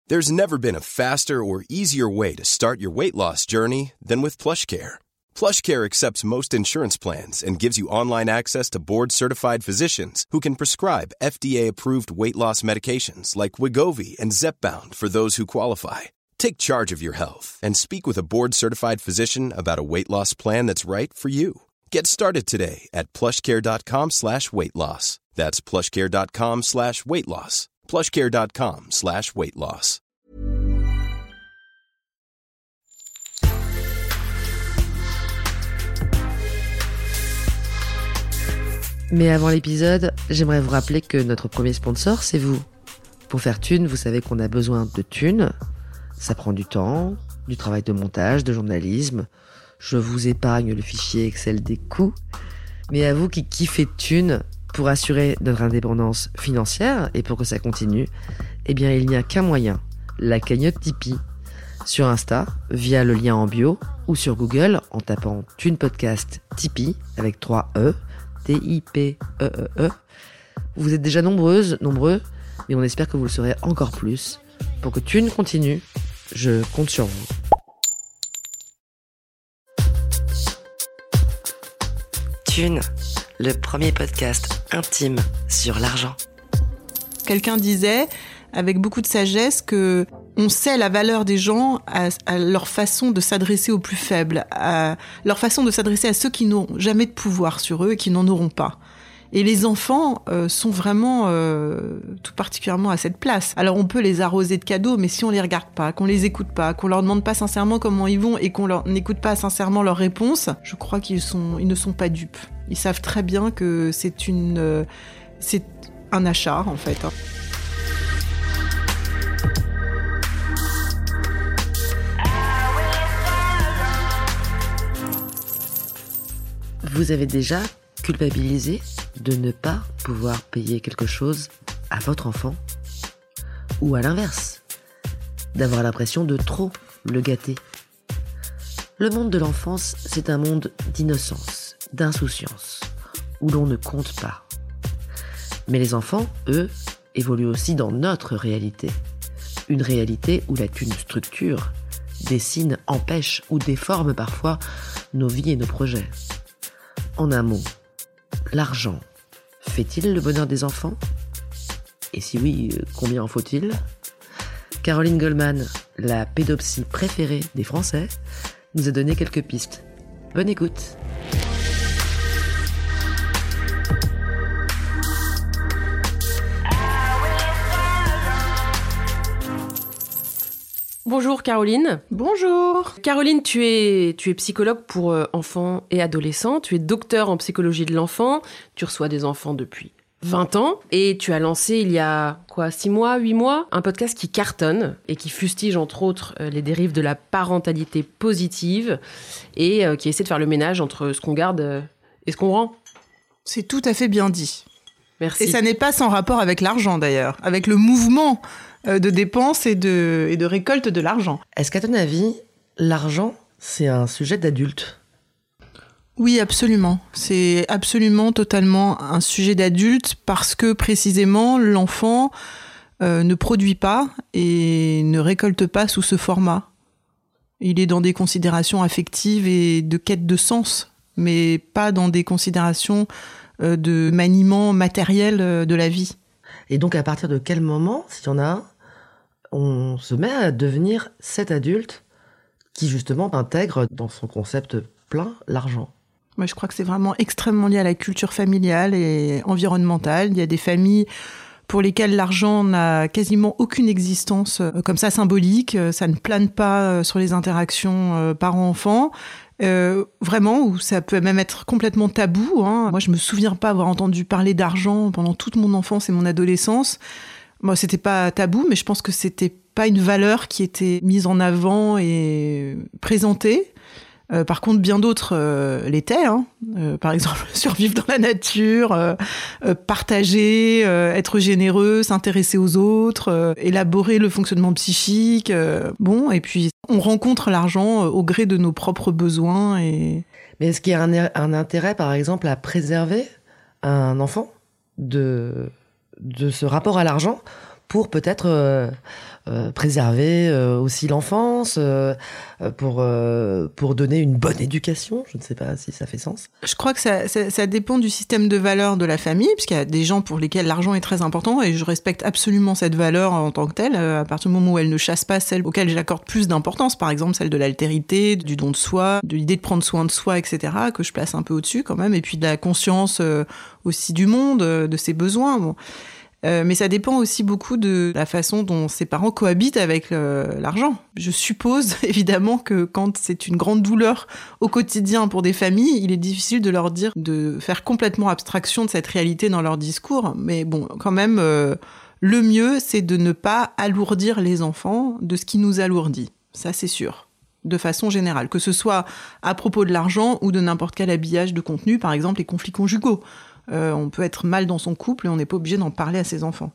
There's never been a faster or easier way to start your weight loss journey than with PlushCare. PlushCare accepts most insurance plans and gives you online access to board-certified physicians who can prescribe FDA-approved weight loss medications like Wegovy and Zepbound for those who qualify. Take charge of your health and speak with a board-certified physician about a weight loss plan that's right for you. Get started today at plushcare.com/weight loss. That's plushcare.com/weight loss. plushcare.com/weight loss. Mais avant l'épisode, j'aimerais vous rappeler que notre premier sponsor, c'est vous. Pour faire thune, vous savez qu'on a besoin de thunes. Ça prend du temps, du travail de montage, de journalisme. Je vous épargne le fichier Excel des coûts. Mais à vous qui kiffez thunes, pour assurer notre indépendance financière et pour que ça continue, eh bien il n'y a qu'un moyen, la cagnotte Tipeee. Sur Insta, via le lien en bio, ou sur Google en tapant Thune Podcast Tipeee avec 3 E, T-I-P-E-E-E. Vous êtes déjà nombreux, mais on espère que vous le serez encore plus. Pour que Thune continue, je compte sur vous. Thune, le premier podcast intime sur l'argent. Quelqu'un disait, avec beaucoup de sagesse, que on sait la valeur des gens à leur façon de s'adresser aux plus faibles, à leur façon de s'adresser à ceux qui n'ont jamais de pouvoir sur eux et qui n'en auront pas. Et les enfants sont vraiment tout particulièrement à cette place. Alors on peut les arroser de cadeaux, mais si on les regarde pas, qu'on les écoute pas, qu'on leur demande pas sincèrement comment ils vont et qu'on n'écoute pas sincèrement leurs réponses, je crois ils ne sont pas dupes. Ils savent très bien que c'est un achat en fait. Vous avez déjà culpabilisé de ne pas pouvoir payer quelque chose à votre enfant? Ou à l'inverse, d'avoir l'impression de trop le gâter? Le monde de l'enfance, c'est un monde d'innocence, d'insouciance, où l'on ne compte pas. Mais les enfants, eux, évoluent aussi dans notre réalité. Une réalité où la thune structure, dessine, empêche ou déforme parfois nos vies et nos projets. En un mot, l'argent fait-il le bonheur des enfants? Et si oui, combien en faut-il? Caroline Goldman, la pédopsie préférée des Français, nous a donné quelques pistes. Bonne écoute. Bonjour Caroline. Bonjour. Caroline, tu es psychologue pour enfants et adolescents, tu es docteur en psychologie de l'enfant, tu reçois des enfants depuis 20 ans et tu as lancé il y a 6 mois, 8 mois, un podcast qui cartonne et qui fustige entre autres les dérives de la parentalité positive et qui essaie de faire le ménage entre ce qu'on garde et ce qu'on rend. C'est tout à fait bien dit. Merci. Et ça n'est pas sans rapport avec l'argent d'ailleurs, avec le mouvement de dépenses et de récolte de l'argent. Est-ce qu'à ton avis, l'argent, c'est un sujet d'adulte? Oui, absolument. C'est absolument, totalement un sujet d'adulte parce que précisément, l'enfant ne produit pas et ne récolte pas sous ce format. Il est dans des considérations affectives et de quête de sens, mais pas dans des considérations de maniement matériel de la vie. Et donc, à partir de quel moment, s'il y en a un, on se met à devenir cet adulte qui, justement, intègre dans son concept plein l'argent? Moi, je crois que c'est vraiment extrêmement lié à la culture familiale et environnementale. Il y a des familles pour lesquelles l'argent n'a quasiment aucune existence comme ça symbolique. Ça ne plane pas sur les interactions parents-enfants. Vraiment, où ça peut même être complètement tabou. Moi, je me souviens pas avoir entendu parler d'argent pendant toute mon enfance et mon adolescence. Moi, c'était pas tabou, mais je pense que c'était pas une valeur qui était mise en avant et présentée. Par contre, bien d'autres l'étaient. Par exemple, survivre dans la nature, partager, être généreux, s'intéresser aux autres, élaborer le fonctionnement psychique. Et puis on rencontre l'argent au gré de nos propres besoins. Mais est-ce qu'il y a un intérêt, par exemple, à préserver un enfant de ce rapport à l'argent pour peut-être préserver aussi l'enfance, pour donner une bonne éducation. Je ne sais pas si ça fait sens. Je crois que ça dépend du système de valeurs de la famille, puisqu'il y a des gens pour lesquels l'argent est très important, et je respecte absolument cette valeur en tant que telle, à partir du moment où elle ne chasse pas celle auxquelles j'accorde plus d'importance, par exemple celle de l'altérité, du don de soi, de l'idée de prendre soin de soi, etc., que je place un peu au-dessus quand même, et puis de la conscience aussi du monde, de ses besoins. Bon. Mais ça dépend aussi beaucoup de la façon dont ses parents cohabitent avec l'argent. Je suppose évidemment que quand c'est une grande douleur au quotidien pour des familles, il est difficile de leur dire de faire complètement abstraction de cette réalité dans leur discours. Mais bon, quand même, le mieux, c'est de ne pas alourdir les enfants de ce qui nous alourdit. Ça, c'est sûr. De façon générale, que ce soit à propos de l'argent ou de n'importe quel habillage de contenu, par exemple les conflits conjugaux. On peut être mal dans son couple et on n'est pas obligé d'en parler à ses enfants.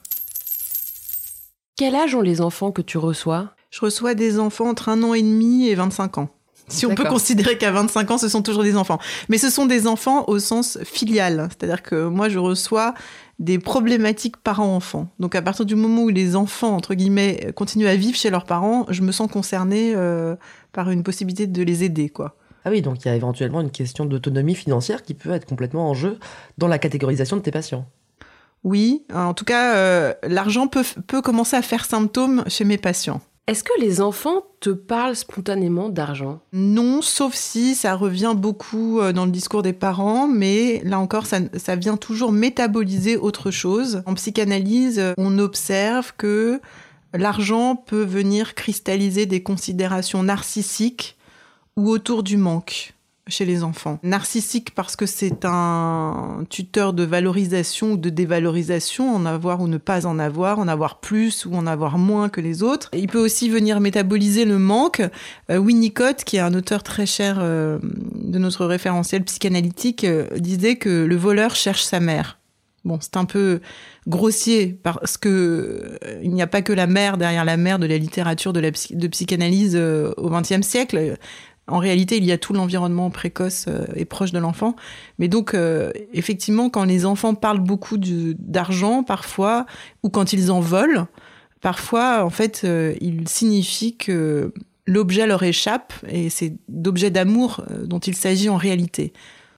Quel âge ont les enfants que tu reçois ? Je reçois des enfants entre 1 an et demi et 25 ans. Si on peut considérer qu'à 25 ans, ce sont toujours des enfants. Mais ce sont des enfants au sens filial. C'est-à-dire que moi, je reçois des problématiques parents-enfants. Donc à partir du moment où les enfants, entre guillemets, continuent à vivre chez leurs parents, je me sens concernée par une possibilité de les aider, quoi. Ah oui, donc il y a éventuellement une question d'autonomie financière qui peut être complètement en jeu dans la catégorisation de tes patients. Oui, en tout cas, l'argent peut commencer à faire symptôme chez mes patients. Est-ce que les enfants te parlent spontanément d'argent ? Non, sauf si ça revient beaucoup dans le discours des parents, mais là encore, ça vient toujours métaboliser autre chose. En psychanalyse, on observe que l'argent peut venir cristalliser des considérations narcissiques ou autour du manque chez les enfants. Narcissique parce que c'est un tuteur de valorisation ou de dévalorisation, en avoir ou ne pas en avoir plus ou en avoir moins que les autres. Il peut aussi venir métaboliser le manque. Winnicott, qui est un auteur très cher de notre référentiel psychanalytique, disait que le voleur cherche sa mère. Bon, c'est un peu grossier parce que il n'y a pas que la mère derrière la mère de la littérature de psychanalyse au XXe siècle. En réalité, il y a tout l'environnement précoce et proche de l'enfant. Mais donc, effectivement, quand les enfants parlent beaucoup d'argent, parfois, ou quand ils en veulent, parfois, en fait, il signifie que l'objet leur échappe et c'est d'objets d'amour dont il s'agit en réalité.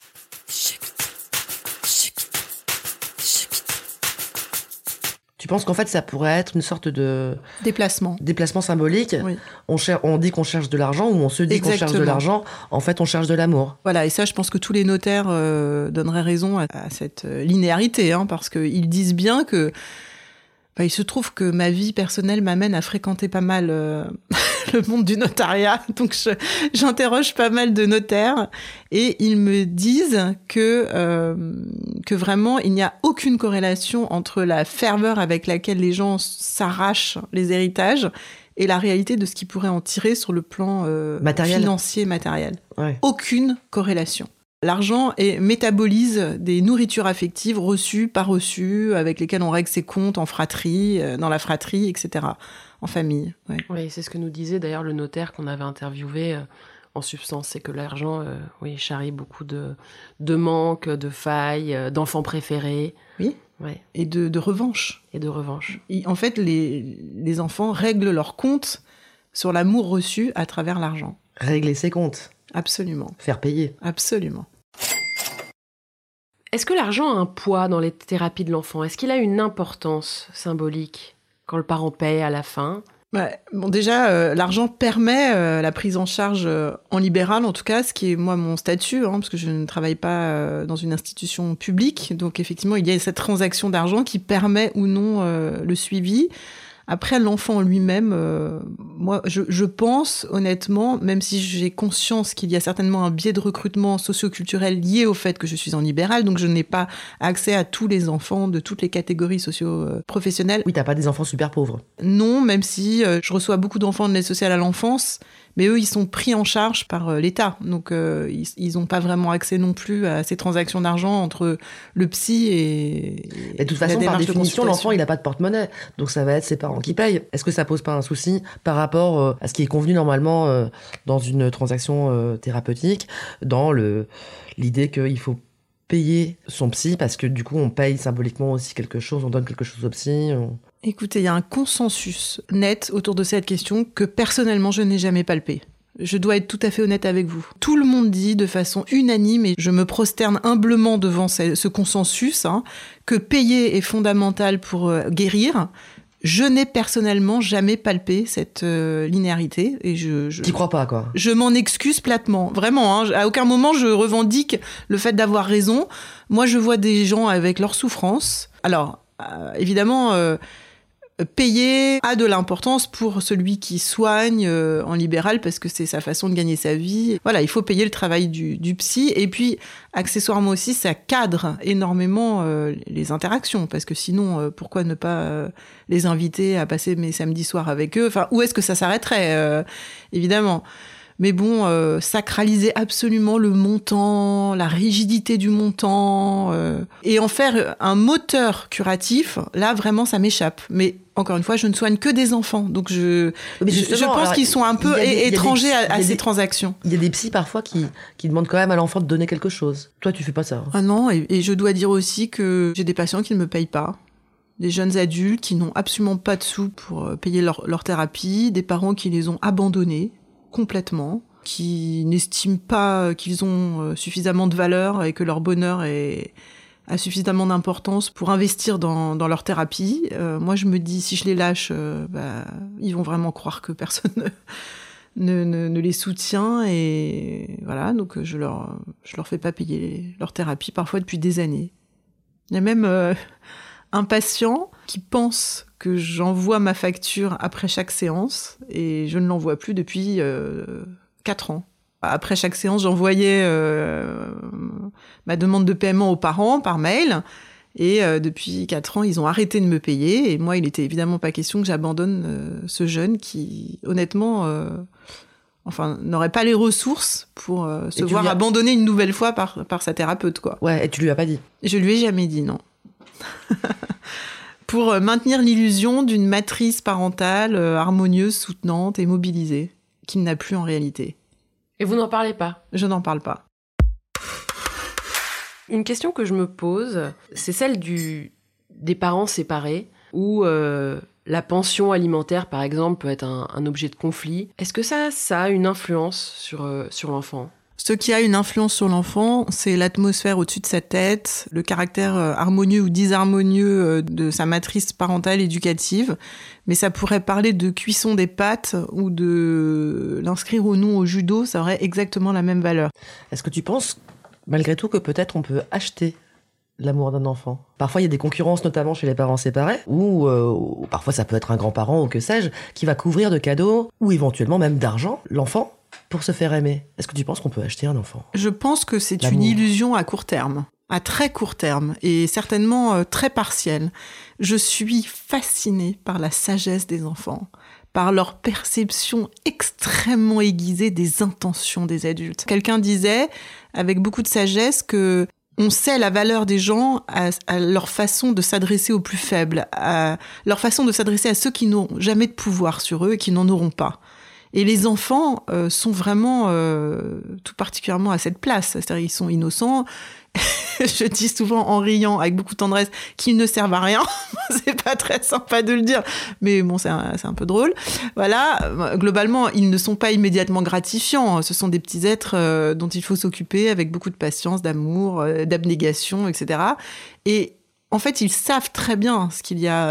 Tu penses qu'en fait, ça pourrait être une sorte de... Déplacement symbolique. Oui. On dit qu'on cherche de l'argent ou on se dit Exactement. qu'on cherche de l'argent. En fait, on cherche de l'amour. Voilà, et ça, je pense que tous les notaires donneraient raison à cette linéarité, parce qu'ils disent bien que il se trouve que ma vie personnelle m'amène à fréquenter pas mal le monde du notariat. Donc, j'interroge pas mal de notaires et ils me disent que vraiment, il n'y a aucune corrélation entre la ferveur avec laquelle les gens s'arrachent les héritages et la réalité de ce qu'ils pourraient en tirer sur le plan financier, matériel. Ouais. Aucune corrélation. L'argent métabolise des nourritures affectives reçues, pas reçues, avec lesquelles on règle ses comptes en fratrie, dans la fratrie, etc., en famille. Ouais. Oui, c'est ce que nous disait d'ailleurs le notaire qu'on avait interviewé en substance, c'est que l'argent charrie beaucoup de manques, de failles, d'enfants préférés. Oui, ouais. Et de revanche. Et de revanche. En fait, les enfants règlent leurs comptes sur l'amour reçu à travers l'argent. Régler ses comptes. Absolument. Faire payer. Absolument. Est-ce que l'argent a un poids dans les thérapies de l'enfant ? Est-ce qu'il a une importance symbolique quand le parent paye à la fin ? Bon, déjà, l'argent permet la prise en charge en libéral, en tout cas, ce qui est, moi, mon statut, parce que je ne travaille pas dans une institution publique. Donc, effectivement, il y a cette transaction d'argent qui permet ou non le suivi. Après, l'enfant lui-même, moi, je pense, honnêtement, même si j'ai conscience qu'il y a certainement un biais de recrutement socio-culturel lié au fait que je suis en libéral, donc je n'ai pas accès à tous les enfants de toutes les catégories socio-professionnelles. Oui, t'as pas des enfants super pauvres. Non, même si je reçois beaucoup d'enfants de l'aide sociale à l'enfance, mais eux, ils sont pris en charge par l'État. Donc, ils n'ont pas vraiment accès non plus à ces transactions d'argent entre le psy et de toute façon, par définition, l'enfant, il n'a pas de porte-monnaie. Donc, ça va être ses parents qui payent. Est-ce que ça pose pas un souci par rapport à ce qui est convenu normalement dans une transaction thérapeutique, dans l'idée qu'il faut payer son psy parce que du coup, on paye symboliquement aussi quelque chose, on donne quelque chose au psy Écoutez, il y a un consensus net autour de cette question que personnellement je n'ai jamais palpé. Je dois être tout à fait honnête avec vous. Tout le monde dit de façon unanime, et je me prosterne humblement devant ce consensus, que payer est fondamental pour guérir. Je n'ai personnellement jamais palpé cette linéarité. Et T'y crois pas, quoi. Je m'en excuse platement. Vraiment, à aucun moment je revendique le fait d'avoir raison. Moi, je vois des gens avec leur souffrance. Alors, évidemment... payer a de l'importance pour celui qui soigne en libéral parce que c'est sa façon de gagner sa vie. Voilà, il faut payer le travail du psy. Et puis, accessoirement aussi, ça cadre énormément les interactions parce que sinon, pourquoi ne pas les inviter à passer mes samedis soirs avec eux ? Enfin, où est-ce que ça s'arrêterait évidemment. Mais bon, sacraliser absolument le montant, la rigidité du montant, et en faire un moteur curatif, là, vraiment, ça m'échappe. Mais encore une fois, je ne soigne que des enfants. Donc, je pense qu'ils sont un peu étrangers à ces transactions. Il y a des psys, parfois, qui demandent quand même à l'enfant de donner quelque chose. Toi, tu fais pas ça. Ah non, et je dois dire aussi que j'ai des patients qui ne me payent pas. Des jeunes adultes qui n'ont absolument pas de sous pour payer leur thérapie. Des parents qui les ont abandonnés complètement, qui n'estiment pas qu'ils ont suffisamment de valeur et que leur bonheur a suffisamment d'importance pour investir dans leur thérapie. Moi, je me dis, si je les lâche, ils vont vraiment croire que personne ne les soutient. Et voilà, donc je leur fais pas payer leur thérapie, parfois depuis des années. Il y a même un patient qui pense que j'envoie ma facture après chaque séance et je ne l'envoie plus depuis 4 ans. Après chaque séance, j'envoyais ma demande de paiement aux parents par mail et depuis 4 ans, ils ont arrêté de me payer et moi, il n'était évidemment pas question que j'abandonne ce jeune qui, honnêtement, n'aurait pas les ressources pour se voir abandonner une nouvelle fois par sa thérapeute, quoi. Ouais, et tu lui as pas dit ? Je lui ai jamais dit, non. Pour maintenir l'illusion d'une matrice parentale harmonieuse, soutenante et mobilisée, qu'il n'a plus en réalité. Et vous n'en parlez pas ? Je n'en parle pas. Une question que je me pose, c'est celle des parents séparés, où la pension alimentaire, par exemple, peut être un objet de conflit. Est-ce que ça a une influence sur l'enfant ? Ce qui a une influence sur l'enfant, c'est l'atmosphère au-dessus de sa tête, le caractère harmonieux ou disharmonieux de sa matrice parentale éducative. Mais ça pourrait parler de cuisson des pâtes ou de l'inscrire ou non au judo, ça aurait exactement la même valeur. Est-ce que tu penses, malgré tout, que peut-être on peut acheter l'amour d'un enfant ? Parfois, il y a des concurrences, notamment chez les parents séparés, ou parfois ça peut être un grand-parent ou que sais-je, qui va couvrir de cadeaux, ou éventuellement même d'argent, l'enfant, pour se faire aimer. Est-ce que tu penses qu'on peut acheter un enfant ? Je pense que c'est une illusion à court terme, à très court terme, et certainement très partielle. Je suis fascinée par la sagesse des enfants, par leur perception extrêmement aiguisée des intentions des adultes. Quelqu'un disait, avec beaucoup de sagesse, que on sait la valeur des gens à leur façon de s'adresser aux plus faibles, à leur façon de s'adresser à ceux qui n'ont jamais de pouvoir sur eux et qui n'en auront pas. Et les enfants sont vraiment tout particulièrement à cette place. C'est-à-dire ils sont innocents. Je dis souvent en riant, avec beaucoup de tendresse, qu'ils ne servent à rien. C'est pas très sympa de le dire, mais bon, c'est un peu drôle. Voilà, globalement, ils ne sont pas immédiatement gratifiants. Ce sont des petits ères dont il faut s'occuper avec beaucoup de patience, d'amour, d'abnégation, etc. Et en fait, ils savent très bien ce qu'il y a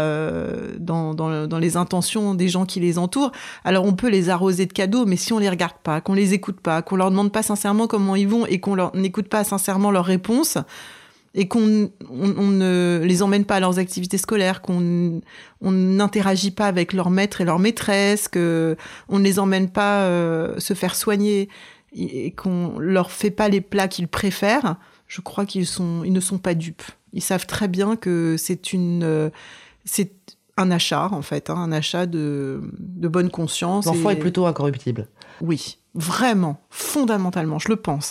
dans les intentions des gens qui les entourent. Alors, on peut les arroser de cadeaux, mais si on les regarde pas, qu'on les écoute pas, qu'on leur demande pas sincèrement comment ils vont et qu'on n'écoute pas sincèrement leurs réponses et qu'on ne les emmène pas à leurs activités scolaires, qu'on n'interagit pas avec leurs maîtres et leurs maîtresses, qu'on ne les emmène pas se faire soigner et qu'on leur fait pas les plats qu'ils préfèrent, je crois qu'ils ne sont pas dupes. Ils savent très bien que c'est un achat, en fait, un achat de bonne conscience. L'enfant est plutôt incorruptible. Oui, vraiment, fondamentalement, je le pense.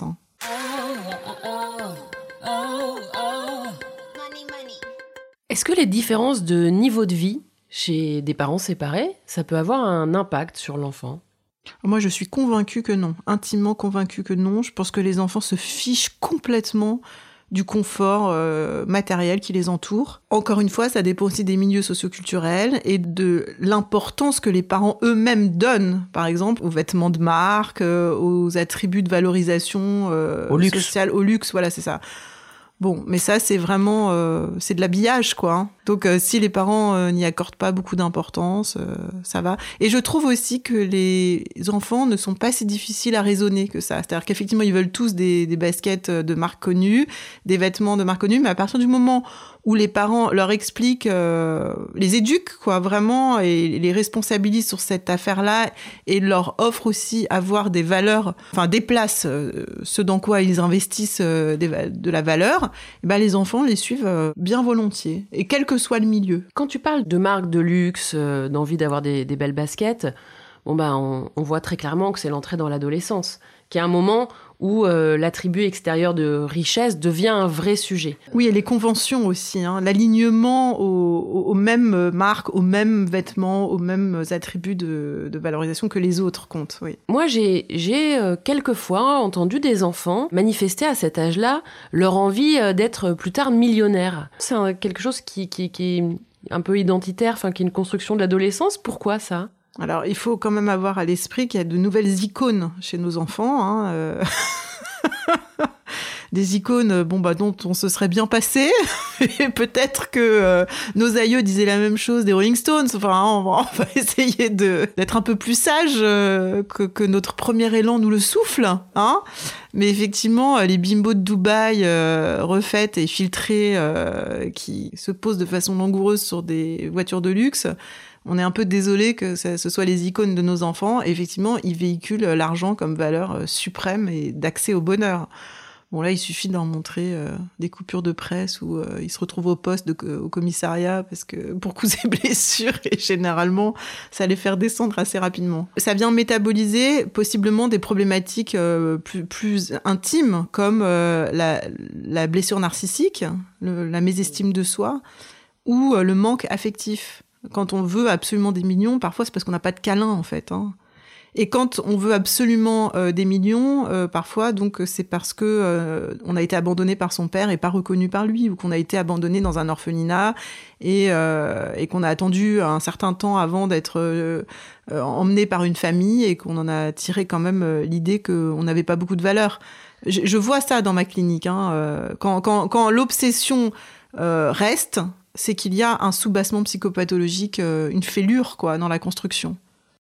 Est-ce que les différences de niveau de vie chez des parents séparés, ça peut avoir un impact sur l'enfant ? Moi, je suis convaincue que non, intimement convaincue que non. Je pense que les enfants se fichent complètement du confort matériel qui les entoure. Encore une fois, ça dépend aussi des milieux socioculturels et de l'importance que les parents eux-mêmes donnent, par exemple, aux vêtements de marque, aux attributs de valorisation sociale, au luxe, voilà, c'est ça. Bon, mais ça, c'est vraiment... c'est de l'habillage, quoi. Hein. Donc, si les parents n'y accordent pas beaucoup d'importance, ça va. Et je trouve aussi que les enfants ne sont pas si difficiles à raisonner que ça. C'est-à-dire qu'effectivement, ils veulent tous des baskets de marque connue, des vêtements de marque connue, mais à partir du moment où les parents leur expliquent, les éduquent, quoi, vraiment, et les responsabilisent sur cette affaire-là, et leur offrent aussi avoir des valeurs, enfin, déplacent ce dans quoi ils investissent de la valeur, et ben, les enfants les suivent bien volontiers, et quel que soit le milieu. Quand tu parles de marques de luxe, d'envie d'avoir des belles baskets, bon ben, on voit très clairement que c'est l'entrée dans l'adolescence, qui est un moment où l'attribut extérieur de richesse devient un vrai sujet. Oui, et les conventions aussi, hein, l'alignement aux mêmes marques, aux mêmes vêtements, aux mêmes attributs de valorisation que les autres comptent. Oui. Moi, j'ai quelquefois entendu des enfants manifester à cet âge-là leur envie d'être plus tard millionnaires. C'est quelque chose qui est un peu identitaire, enfin qui est une construction de l'adolescence. Pourquoi ça ? Alors, il faut quand même avoir à l'esprit qu'il y a de nouvelles icônes chez nos enfants. Hein, des icônes dont on se serait bien passé. Et peut-être que nos aïeux disaient la même chose des Rolling Stones. Enfin, on va essayer d'être un peu plus sages que notre premier élan nous le souffle. Hein. Mais effectivement, les bimbos de Dubaï refaites et filtrées qui se posent de façon langoureuse sur des voitures de luxe, on est un peu désolé que ce soit les icônes de nos enfants. Et effectivement, ils véhiculent l'argent comme valeur suprême et d'accès au bonheur. Bon, là, il suffit d'en montrer des coupures de presse où ils se retrouvent au poste au commissariat parce que pour coups et blessures, et généralement, ça les fait descendre assez rapidement. Ça vient métaboliser possiblement des problématiques plus intimes comme la blessure narcissique, la mésestime de soi ou le manque affectif. Quand on veut absolument des millions, parfois c'est parce qu'on n'a pas de câlin en fait. Hein. Et quand on veut absolument des millions, parfois donc c'est parce que on a été abandonné par son père et pas reconnu par lui, ou qu'on a été abandonné dans un orphelinat et qu'on a attendu un certain temps avant d'être emmené par une famille et qu'on en a tiré quand même l'idée qu'on n'avait pas beaucoup de valeur. Je vois ça dans ma clinique. Hein, quand l'obsession reste, c'est qu'il y a un soubassement psychopathologique, une fêlure quoi, dans la construction.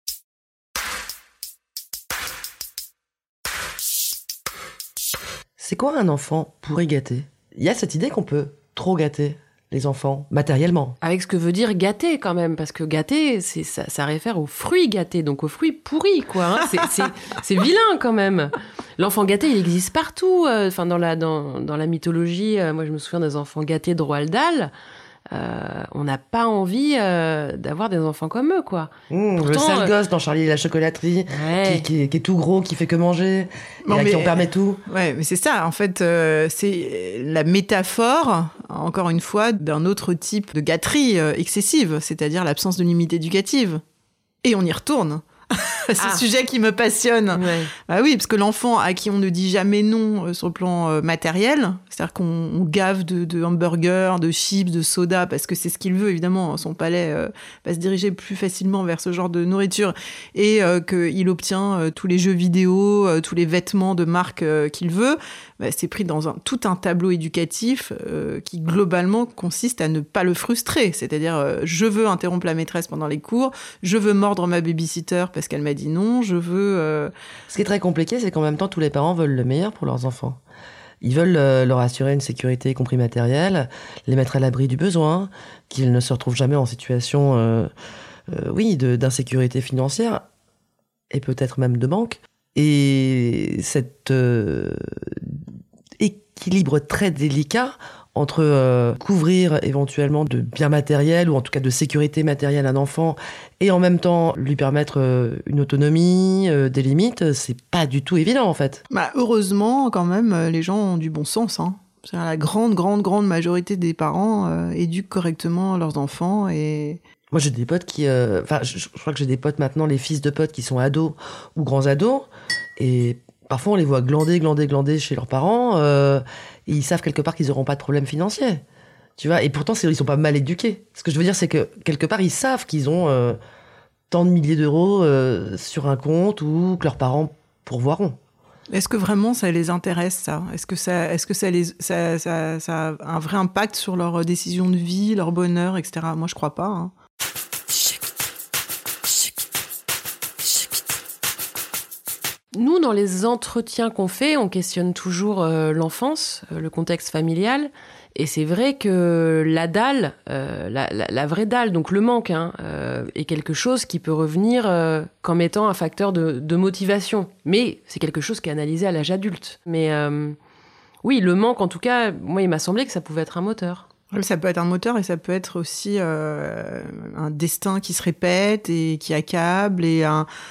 C'est quoi un enfant pourrait gâter ? Il y a cette idée qu'on peut trop gâter les enfants, matériellement. Avec ce que veut dire gâter quand même, parce que gâter, ça réfère aux fruits gâtés, donc aux fruits pourris, quoi. Hein. C'est vilain quand même. L'enfant gâté, il existe partout. Enfin, dans la mythologie, moi je me souviens des enfants gâtés de Roald Dahl. On n'a pas envie d'avoir des enfants comme eux, quoi. Pourtant, le sale gosse dans Charlie et la chocolaterie, ouais. qui est tout gros, qui fait que manger, et à qui on permet tout. Ouais, mais c'est ça, en fait, c'est la métaphore, encore une fois, d'un autre type de gâterie excessive, c'est-à-dire l'absence de limite éducative. Et on y retourne. C'est un sujet qui me passionne. Ouais. Bah oui, parce que l'enfant à qui on ne dit jamais non sur le plan matériel, c'est-à-dire qu'on gave de hamburgers, de chips, de soda, parce que c'est ce qu'il veut, évidemment, son palais va se diriger plus facilement vers ce genre de nourriture, et qu'il obtient tous les jeux vidéo, tous les vêtements de marque qu'il veut, bah, c'est pris dans tout un tableau éducatif qui, globalement, consiste à ne pas le frustrer. C'est-à-dire, je veux interrompre la maîtresse pendant les cours, je veux mordre ma babysitter parce qu'elle m'a dit non, je veux... Ce qui est très compliqué, c'est qu'en même temps, tous les parents veulent le meilleur pour leurs enfants. Ils veulent leur assurer une sécurité, y compris matérielle, les mettre à l'abri du besoin, qu'ils ne se retrouvent jamais en situation d'insécurité financière, et peut-être même de manque. Et cet équilibre très délicat entre couvrir éventuellement de biens matériels, ou en tout cas de sécurité matérielle un enfant, et en même temps lui permettre une autonomie, des limites, c'est pas du tout évident en fait. Bah, heureusement, quand même, les gens ont du bon sens. Hein. C'est-à-dire, la grande majorité des parents éduquent correctement leurs enfants. Et... Moi j'ai des potes qui... je crois que j'ai des potes maintenant, les fils de potes qui sont ados ou grands ados, et... Parfois, on les voit glander chez leurs parents, Et ils savent quelque part qu'ils n'auront pas de problème financier. Tu vois, et pourtant, ils sont pas mal éduqués. Ce que je veux dire, c'est que quelque part, ils savent qu'ils ont tant de milliers d'euros sur un compte ou que leurs parents pourvoiront. Est-ce que vraiment ça les intéresse, ça ? Est-ce que ça a un vrai impact sur leur décision de vie, leur bonheur, etc. Moi, je crois pas. Hein. Nous, dans les entretiens qu'on fait, on questionne toujours l'enfance, le contexte familial. Et c'est vrai que la dalle, la vraie dalle, donc le manque, est quelque chose qui peut revenir comme étant un facteur de motivation. Mais c'est quelque chose qui est analysé à l'âge adulte. Mais oui, le manque, en tout cas, moi, il m'a semblé que ça pouvait être un moteur. Ça peut être un moteur et ça peut être aussi un destin qui se répète et qui accable. Et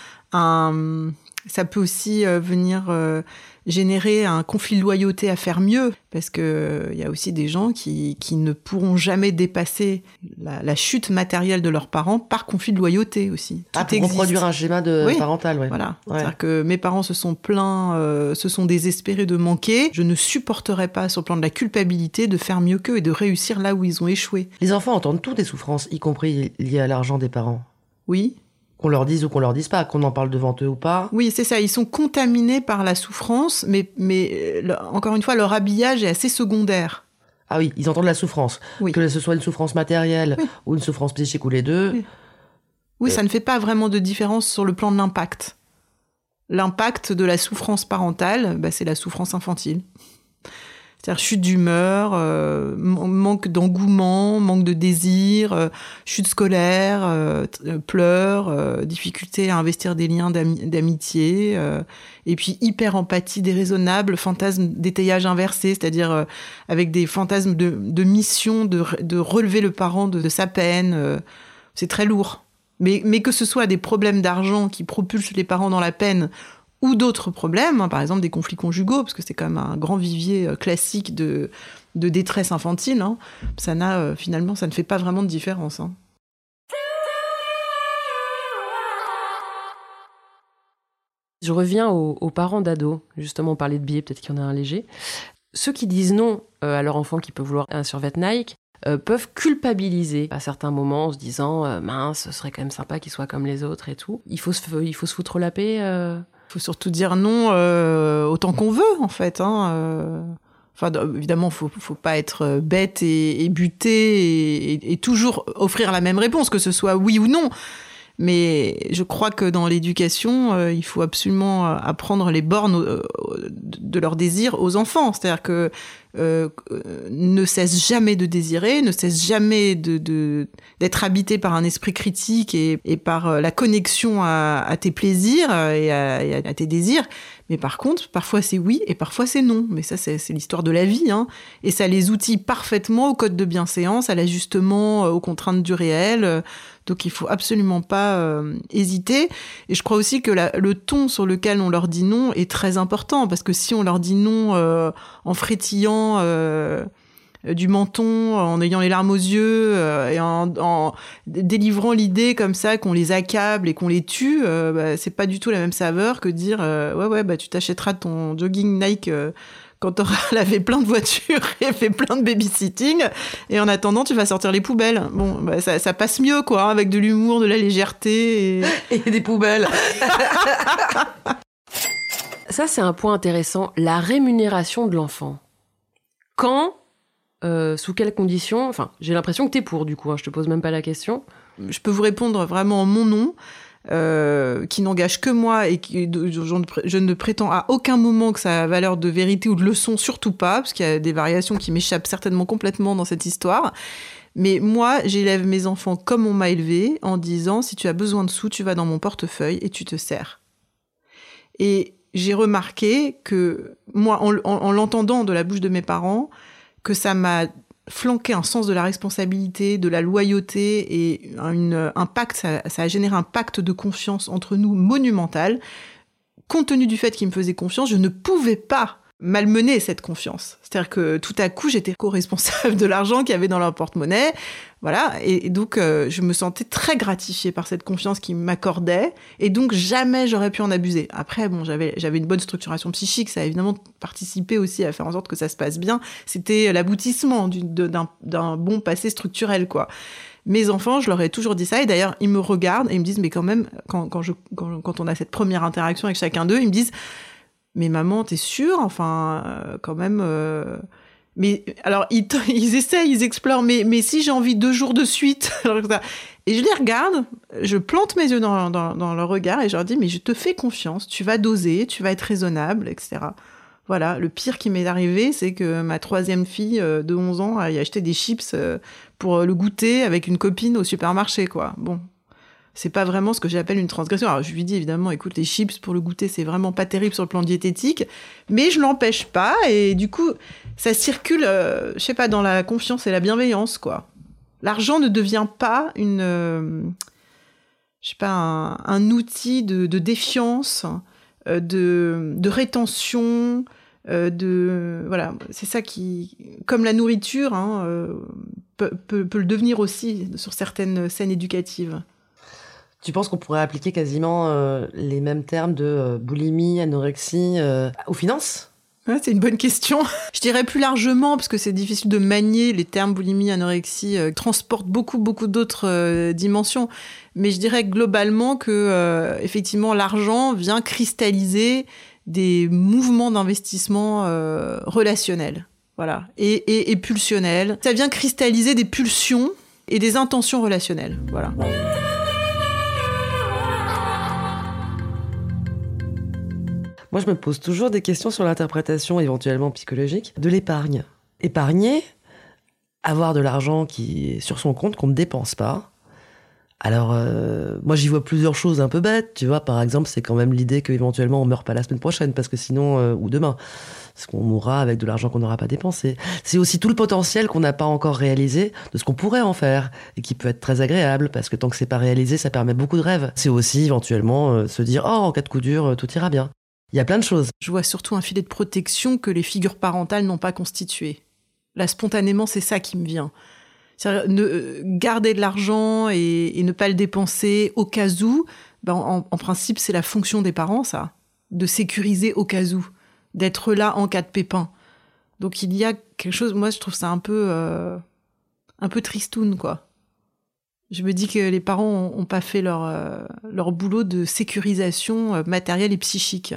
ça peut aussi venir générer un conflit de loyauté à faire mieux, parce que y a aussi des gens qui ne pourront jamais dépasser la chute matérielle de leurs parents par conflit de loyauté aussi. Pour reproduire un schéma parental, ouais. Voilà. Ouais. C'est-à-dire que mes parents se sont plaints, se sont désespérés de manquer. Je ne supporterais pas, sur le plan de la culpabilité, de faire mieux qu'eux et de réussir là où ils ont échoué. Les enfants entendent toutes les souffrances, y compris liées à l'argent des parents. Oui. Qu'on leur dise ou qu'on leur dise pas, qu'on en parle devant eux ou pas. Oui, c'est ça. Ils sont contaminés par la souffrance, mais encore une fois, leur habillage est assez secondaire. Ah oui, ils entendent la souffrance. Oui. Que ce soit une souffrance matérielle ou une souffrance psychique ou les deux. Oui, ça ne fait pas vraiment de différence sur le plan de l'impact. L'impact de la souffrance parentale, c'est la souffrance infantile. C'est-à-dire chute d'humeur, manque d'engouement, manque de désir, chute scolaire, pleurs, difficulté à investir des liens d'amitié, et puis hyper-empathie déraisonnable, fantasme d'étayage inversé, c'est-à-dire avec des fantasmes de mission, de relever le parent de sa peine. C'est très lourd. Mais que ce soit des problèmes d'argent qui propulsent les parents dans la peine, ou d'autres problèmes, par exemple des conflits conjugaux, parce que c'est quand même un grand vivier classique de détresse infantile, finalement, ça ne fait pas vraiment de différence. Je reviens aux parents d'ados. Justement, on parlait de billets, peut-être qu'il y en a un léger. Ceux qui disent non à leur enfant qui peut vouloir un survêt Nike peuvent culpabiliser à certains moments en se disant « mince, ce serait quand même sympa qu'il soit comme les autres et tout ». Il faut se foutre la paix Il faut surtout dire non autant qu'on veut, en fait. Évidemment, faut pas être bête et buté et toujours offrir la même réponse, que ce soit oui ou non. Mais je crois que dans l'éducation, il faut absolument apprendre les bornes de leurs désirs aux enfants. C'est-à-dire que ne cesse jamais de désirer, ne cesse jamais d'être habité par un esprit critique et par la connexion à tes plaisirs et à tes désirs. Mais par contre, parfois c'est oui et parfois c'est non. Mais ça, c'est l'histoire de la vie. Et ça les outille parfaitement au code de bienséance, à l'ajustement aux contraintes du réel. Donc il faut absolument pas hésiter. Et je crois aussi que le ton sur lequel on leur dit non est très important. Parce que si on leur dit non en frétillant du menton, en ayant les larmes aux yeux et en délivrant l'idée comme ça qu'on les accable et qu'on les tue, c'est pas du tout la même saveur que dire tu t'achèteras ton jogging Nike quand t'auras lavé plein de voitures et fait plein de babysitting, et en attendant tu vas sortir les poubelles. Bon, ça passe mieux quoi, avec de l'humour, de la légèreté et des poubelles. Ça c'est un point intéressant, la rémunération de l'enfant. Quand, sous quelles conditions, enfin j'ai l'impression que t'es pour du coup, je te pose même pas la question. Je peux vous répondre vraiment en mon nom, qui n'engage que moi et je ne prétends à aucun moment que ça a valeur de vérité ou de leçon, surtout pas, parce qu'il y a des variations qui m'échappent certainement complètement dans cette histoire. Mais moi, j'élève mes enfants comme on m'a élevé, en disant, si tu as besoin de sous, tu vas dans mon portefeuille et tu te sers. Et j'ai remarqué que, moi, en l'entendant de la bouche de mes parents, que ça m'a flanqué un sens de la responsabilité, de la loyauté et un pacte, ça a généré un pacte de confiance entre nous monumental. Compte tenu du fait qu'ils me faisaient confiance, je ne pouvais pas malmené cette confiance. C'est-à-dire que tout à coup, j'étais co-responsable de l'argent qu'il y avait dans leur porte-monnaie. Voilà. Et donc, je me sentais très gratifiée par cette confiance qu'ils m'accordaient. Et donc, jamais j'aurais pu en abuser. Après, bon, j'avais une bonne structuration psychique. Ça a évidemment participé aussi à faire en sorte que ça se passe bien. C'était l'aboutissement d'un bon passé structurel, quoi. Mes enfants, je leur ai toujours dit ça. Et d'ailleurs, ils me regardent et ils me disent, mais quand même, quand on a cette première interaction avec chacun d'eux, ils me disent, mais maman, t'es sûre ? Enfin, quand même... Mais alors, ils essayent, ils explorent, mais si j'ai envie 2 jours de suite... Et je les regarde, je plante mes yeux dans leur regard et je leur dis, mais je te fais confiance, tu vas doser, tu vas être raisonnable, etc. Voilà, le pire qui m'est arrivé, c'est que ma 3e fille de 11 ans a acheté des chips pour le goûter avec une copine au supermarché, quoi. Bon, c'est pas vraiment ce que j'appelle une transgression. Alors, je lui dis évidemment, écoute, les chips pour le goûter, c'est vraiment pas terrible sur le plan diététique, mais je l'empêche pas, et du coup, ça circule, je sais pas, dans la confiance et la bienveillance, quoi. L'argent ne devient pas je sais pas, un outil de défiance, de rétention, voilà, c'est ça qui, comme la nourriture, peut le devenir aussi sur certaines scènes éducatives. Tu penses qu'on pourrait appliquer quasiment les mêmes termes de boulimie, anorexie aux finances ? Ouais, c'est une bonne question. Je dirais plus largement, parce que c'est difficile de manier les termes boulimie, anorexie, transportent beaucoup d'autres dimensions. Mais je dirais globalement que, effectivement, l'argent vient cristalliser des mouvements d'investissement relationnels. Voilà. Et pulsionnels. Ça vient cristalliser des pulsions et des intentions relationnelles. Voilà. Moi, je me pose toujours des questions sur l'interprétation éventuellement psychologique de l'épargne. Épargner, avoir de l'argent qui est sur son compte, qu'on ne dépense pas. Alors, moi, j'y vois plusieurs choses un peu bêtes. Tu vois, par exemple, c'est quand même l'idée qu'éventuellement, on ne meurt pas la semaine prochaine, parce que sinon, ou demain, parce qu'on mourra avec de l'argent qu'on n'aura pas dépensé. C'est aussi tout le potentiel qu'on n'a pas encore réalisé de ce qu'on pourrait en faire, et qui peut être très agréable, parce que tant que c'est pas réalisé, ça permet beaucoup de rêves. C'est aussi éventuellement se dire « Oh, en cas de coup dur, tout ira bien ». Il y a plein de choses. Je vois surtout un filet de protection que les figures parentales n'ont pas constitué. Là, spontanément, c'est ça qui me vient. C'est-à-dire, garder de l'argent et ne pas le dépenser au cas où, en principe, c'est la fonction des parents, ça. De sécuriser au cas où. D'être là en cas de pépin. Donc, il y a quelque chose... Moi, je trouve ça un peu tristoun, quoi. Je me dis que les parents n'ont pas fait leur boulot de sécurisation matérielle et psychique.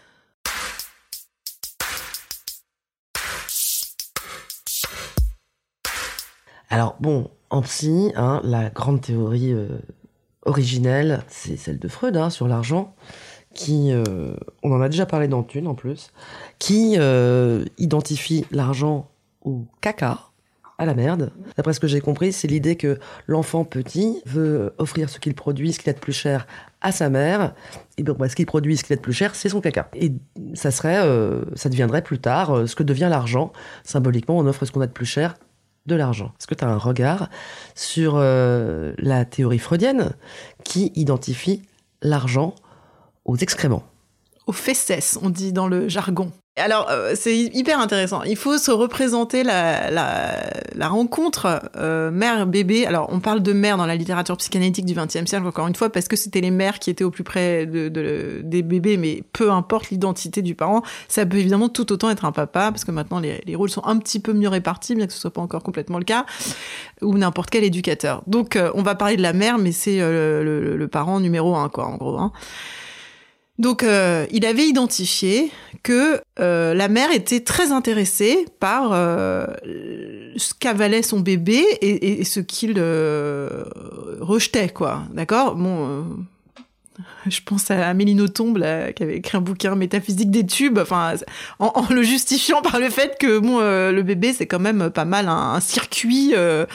Alors bon, en psy, la grande théorie originelle, c'est celle de Freud sur l'argent, qui, on en a déjà parlé dans Thune en plus, qui identifie l'argent au caca, à la merde. D'après ce que j'ai compris, c'est l'idée que l'enfant petit veut offrir ce qu'il produit, ce qu'il a de plus cher à sa mère, et donc ce qu'il produit, ce qu'il a de plus cher, c'est son caca. Et ça deviendrait plus tard ce que devient l'argent. Symboliquement, on offre ce qu'on a de plus cher, de l'argent. Est-ce que tu as un regard sur la théorie freudienne qui identifie l'argent aux excréments ? Aux fesses, on dit dans le jargon. Alors, c'est hyper intéressant. Il faut se représenter la rencontre mère-bébé. Alors, on parle de mère dans la littérature psychanalytique du XXe siècle, encore une fois, parce que c'était les mères qui étaient au plus près des bébés, mais peu importe l'identité du parent, ça peut évidemment tout autant être un papa, parce que maintenant, les rôles sont un petit peu mieux répartis, bien que ce soit pas encore complètement le cas, ou n'importe quel éducateur. Donc, on va parler de la mère, mais c'est le parent numéro 1, quoi, en gros, Donc, il avait identifié que la mère était très intéressée par ce qu'avalait son bébé et ce qu'il rejetait, quoi. D'accord ? Bon, je pense à Amélie Nothomb, là, qui avait écrit un bouquin Métaphysique des tubes, enfin, en le justifiant par le fait que le bébé, c'est quand même pas mal un circuit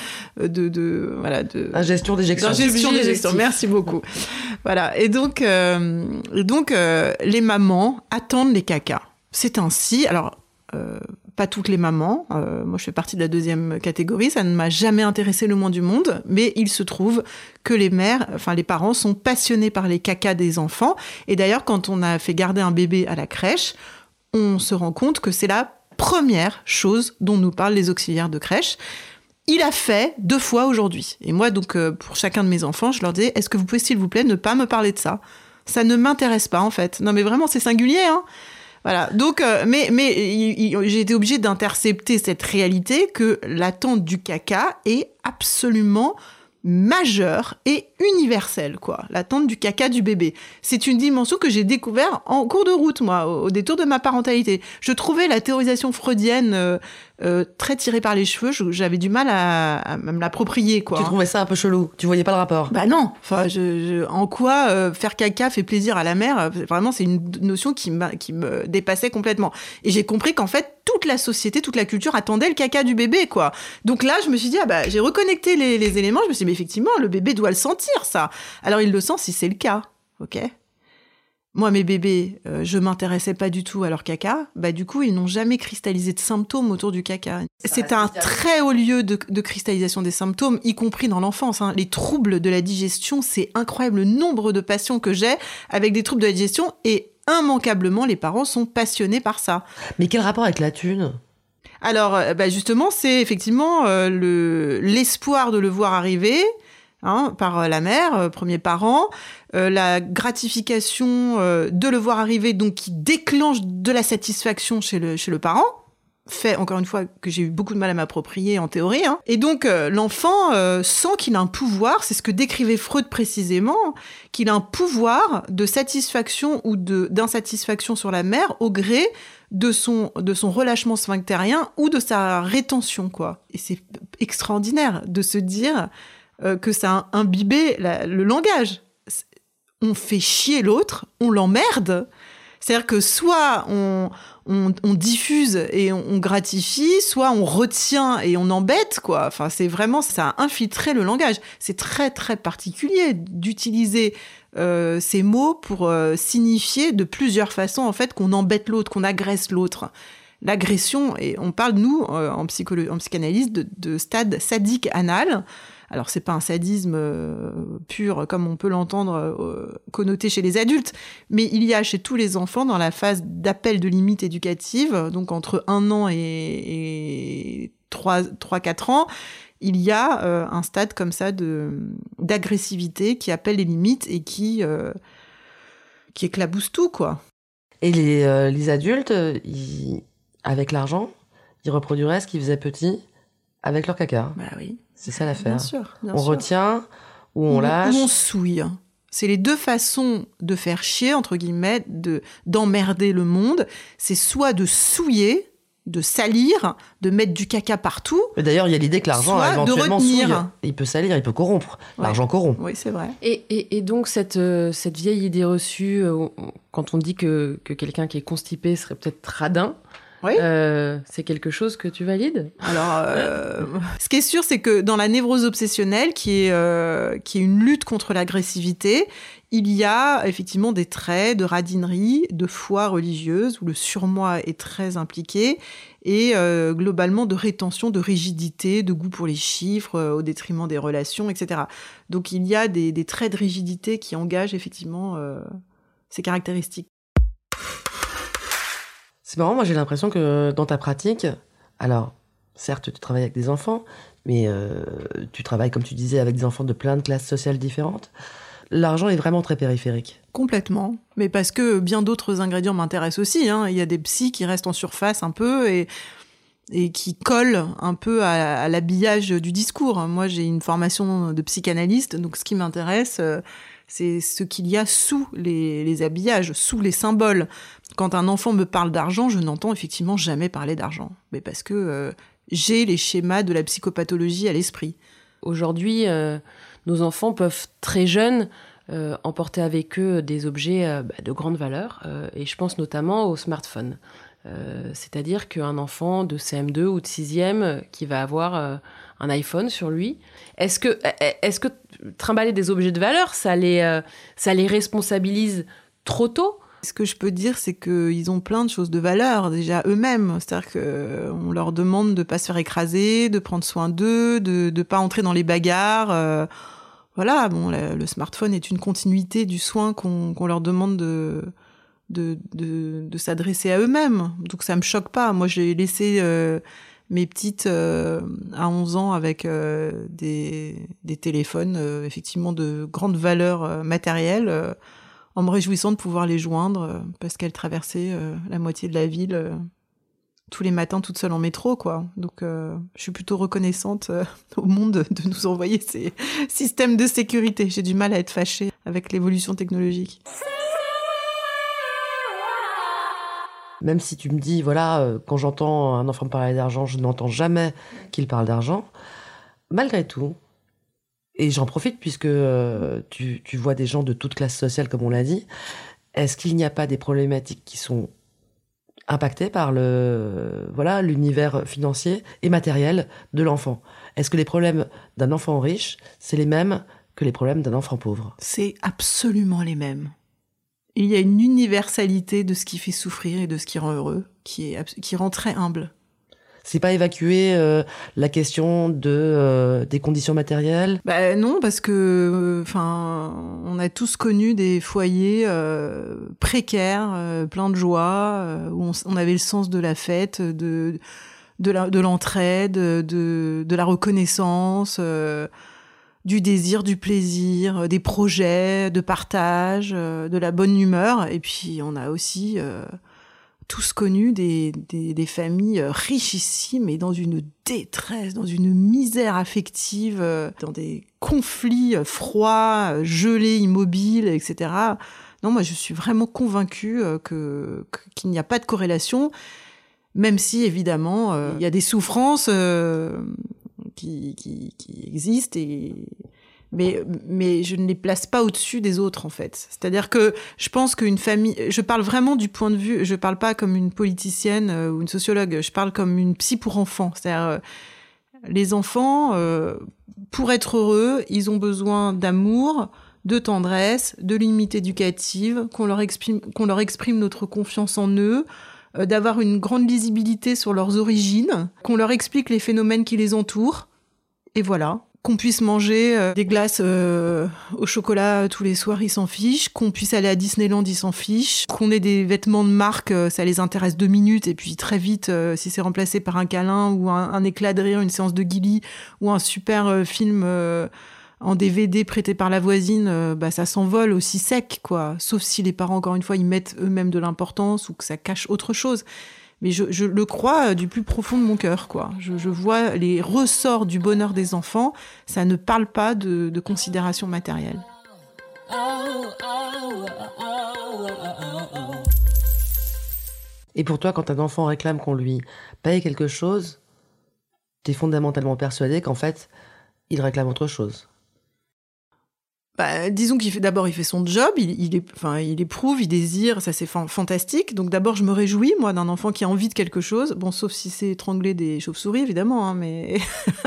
de ingestion d'éjection. Ingestion d'éjection, merci beaucoup. Voilà, et donc les mamans attendent les cacas. C'est ainsi, alors pas toutes les mamans, moi je fais partie de la deuxième catégorie, ça ne m'a jamais intéressé le moins du monde, mais il se trouve que les parents sont passionnés par les cacas des enfants, et d'ailleurs quand on a fait garder un bébé à la crèche, on se rend compte que c'est la première chose dont nous parlent les auxiliaires de crèche. Il a fait 2 fois aujourd'hui. Et moi, donc, pour chacun de mes enfants, je leur disais, est-ce que vous pouvez, s'il vous plaît, ne pas me parler de ça ? Ça ne m'intéresse pas, en fait. Non, mais vraiment, c'est singulier, hein. Voilà. Donc, mais j'ai été obligée d'intercepter cette réalité que l'attente du caca est absolument majeure et universelle, quoi. L'attente du caca du bébé. C'est une dimension que j'ai découvert en cours de route, moi, au détour de ma parentalité. Je trouvais la théorisation freudienne très tirée par les cheveux. J'avais du mal à me l'approprier, quoi. Tu trouvais ça un peu chelou ? Tu voyais pas le rapport ? Bah non. Enfin, en quoi faire caca fait plaisir à la mère ? Vraiment, c'est une notion qui me dépassait complètement. Et j'ai compris qu'en fait, toute la société, toute la culture attendait le caca du bébé, quoi. Donc là, je me suis dit, j'ai reconnecté les éléments. Je me suis dit, mais effectivement, le bébé doit le sentir, ça. Alors, il le sent si c'est le cas, ok ? Moi, mes bébés, je m'intéressais pas du tout à leur caca. Du coup, ils n'ont jamais cristallisé de symptômes autour du caca. C'est un très haut lieu de cristallisation des symptômes, y compris dans l'enfance, hein. Les troubles de la digestion, c'est incroyable le nombre de patients que j'ai avec des troubles de la digestion et immanquablement, les parents sont passionnés par ça. Mais quel rapport avec la thune ? Alors, justement, c'est effectivement l'espoir de le voir arriver, hein, par la mère, premier parent, la gratification de le voir arriver, donc qui déclenche de la satisfaction chez le parent, fait, encore une fois, que j'ai eu beaucoup de mal à m'approprier en théorie, hein. Et donc, l'enfant sent qu'il a un pouvoir, c'est ce que décrivait Freud précisément, qu'il a un pouvoir de satisfaction ou d'insatisfaction sur la mère au gré de son relâchement sphinctérien ou de sa rétention, quoi. Et c'est extraordinaire de se dire que ça a imbibé le langage. On fait chier l'autre, on l'emmerde. C'est-à-dire que soit on diffuse et on gratifie, soit on retient et on embête, quoi. Enfin, c'est vraiment, ça a infiltré le langage. C'est très, très particulier d'utiliser ces mots pour signifier de plusieurs façons, en fait, qu'on embête l'autre, qu'on agresse l'autre. L'agression, et on parle, nous, en psychanalyse, de stade sadique anal. Alors, c'est pas un sadisme pur, comme on peut l'entendre connoté chez les adultes, mais il y a chez tous les enfants, dans la phase d'appel de limite éducative, donc entre 1 an et 3-4 ans, il y a un stade comme ça d'agressivité qui appelle les limites et qui éclabousse tout, quoi. Et les adultes, avec l'argent, ils reproduiraient ce qu'ils faisaient petits avec leur caca. Bah oui. C'est ça l'affaire. Bien sûr. On retient ou on lâche. Ou on souille. C'est les 2 façons de faire chier, entre guillemets, d'emmerder le monde. C'est soit de souiller, de salir, de mettre du caca partout. Mais d'ailleurs, il y a l'idée que l'argent, éventuellement, souille. Il peut salir, il peut corrompre. Ouais. L'argent corrompt. Oui, c'est vrai. Et donc, cette vieille idée reçue, quand on dit que quelqu'un qui est constipé serait peut-être radin, oui. C'est quelque chose que tu valides ? Alors, ce qui est sûr, c'est que dans la névrose obsessionnelle, qui est une lutte contre l'agressivité, il y a effectivement des traits de radinerie, de foi religieuse, où le surmoi est très impliqué, et globalement de rétention, de rigidité, de goût pour les chiffres, au détriment des relations, etc. Donc il y a des traits de rigidité qui engagent effectivement ces caractéristiques. C'est marrant, moi j'ai l'impression que dans ta pratique, alors certes tu travailles avec des enfants, mais tu travailles, comme tu disais, avec des enfants de plein de classes sociales différentes. L'argent est vraiment très périphérique. Complètement, mais parce que bien d'autres ingrédients m'intéressent aussi, hein. Il y a des psys qui restent en surface un peu et qui collent un peu à l'habillage du discours. Moi j'ai une formation de psychanalyste, donc ce qui m'intéresse, c'est ce qu'il y a sous les habillages, sous les symboles. Quand un enfant me parle d'argent, je n'entends effectivement jamais parler d'argent. Mais parce que j'ai les schémas de la psychopathologie à l'esprit. Aujourd'hui, nos enfants peuvent très jeunes emporter avec eux des objets de grande valeur. Et je pense notamment au smartphone. C'est-à-dire qu'un enfant de CM2 ou de 6e qui va avoir un iPhone sur lui, est-ce que trimballer des objets de valeur, ça les responsabilise trop tôt ? Ce que je peux dire, c'est qu'ils ont plein de choses de valeur, déjà eux-mêmes. C'est-à-dire qu'on leur demande de ne pas se faire écraser, de prendre soin d'eux, de ne pas entrer dans les bagarres. Voilà, bon, le smartphone est une continuité du soin qu'on leur demande de de s'adresser à eux-mêmes. Donc ça me choque pas. Moi, j'ai laissé mes petites à 11 ans avec des téléphones effectivement de grande valeur matérielle, en me réjouissant de pouvoir les joindre parce qu'elles traversaient la moitié de la ville tous les matins toute seule en métro, quoi. Donc je suis plutôt reconnaissante au monde de nous envoyer ces systèmes de sécurité. J'ai du mal à être fâchée avec l'évolution technologique. Même si tu me dis, voilà, quand j'entends un enfant parler d'argent, je n'entends jamais qu'il parle d'argent. Malgré tout, et j'en profite puisque tu vois des gens de toute classe sociale, comme on l'a dit, est-ce qu'il n'y a pas des problématiques qui sont impactées par l'univers financier et matériel de l'enfant? Est-ce que les problèmes d'un enfant riche, c'est les mêmes que les problèmes d'un enfant pauvre? C'est absolument les mêmes. Il y a une universalité de ce qui fait souffrir et de ce qui rend heureux, qui rend très humble. C'est pas évacuer la question des conditions matérielles? Non, parce que on a tous connu des foyers précaires, pleins de joie, où on avait le sens de la fête, de l'entraide, de la reconnaissance, du désir, du plaisir, des projets, de partage, de la bonne humeur. Et puis on a aussi tous connu des familles richissimes et dans une détresse, dans une misère affective, dans des conflits froids, gelés, immobiles, etc. Non, moi je suis vraiment convaincue qu'il n'y a pas de corrélation, même si évidemment il y a des souffrances qui existent, mais je ne les place pas au-dessus des autres, en fait. C'est-à-dire que je pense qu'une famille... Je parle vraiment du point de vue... Je parle pas comme une politicienne ou une sociologue. Je parle comme une psy pour enfants. C'est-à-dire, les enfants, pour être heureux, ils ont besoin d'amour, de tendresse, de limite éducative, qu'on leur exprime notre confiance en eux, d'avoir une grande lisibilité sur leurs origines, qu'on leur explique les phénomènes qui les entourent, et voilà. Qu'on puisse manger des glaces au chocolat tous les soirs, ils s'en fichent. Qu'on puisse aller à Disneyland, ils s'en fichent. Qu'on ait des vêtements de marque, ça les intéresse 2 minutes, et puis très vite, si c'est remplacé par un câlin ou un éclat de rire, une séance de Gilly, ou un super film en DVD prêté par la voisine, ça s'envole aussi sec, quoi. Sauf si les parents, encore une fois, ils mettent eux-mêmes de l'importance ou que ça cache autre chose. Mais je le crois du plus profond de mon cœur, quoi. Je vois les ressorts du bonheur des enfants, ça ne parle pas de considération matérielle. Et pour toi, quand un enfant réclame qu'on lui paye quelque chose, t'es fondamentalement persuadé qu'en fait, il réclame autre chose. Disons qu'il fait son job, il éprouve, il désire, ça c'est fantastique. Donc d'abord, je me réjouis, moi, d'un enfant qui a envie de quelque chose. Bon, sauf si c'est étrangler des chauves-souris, évidemment, hein, mais...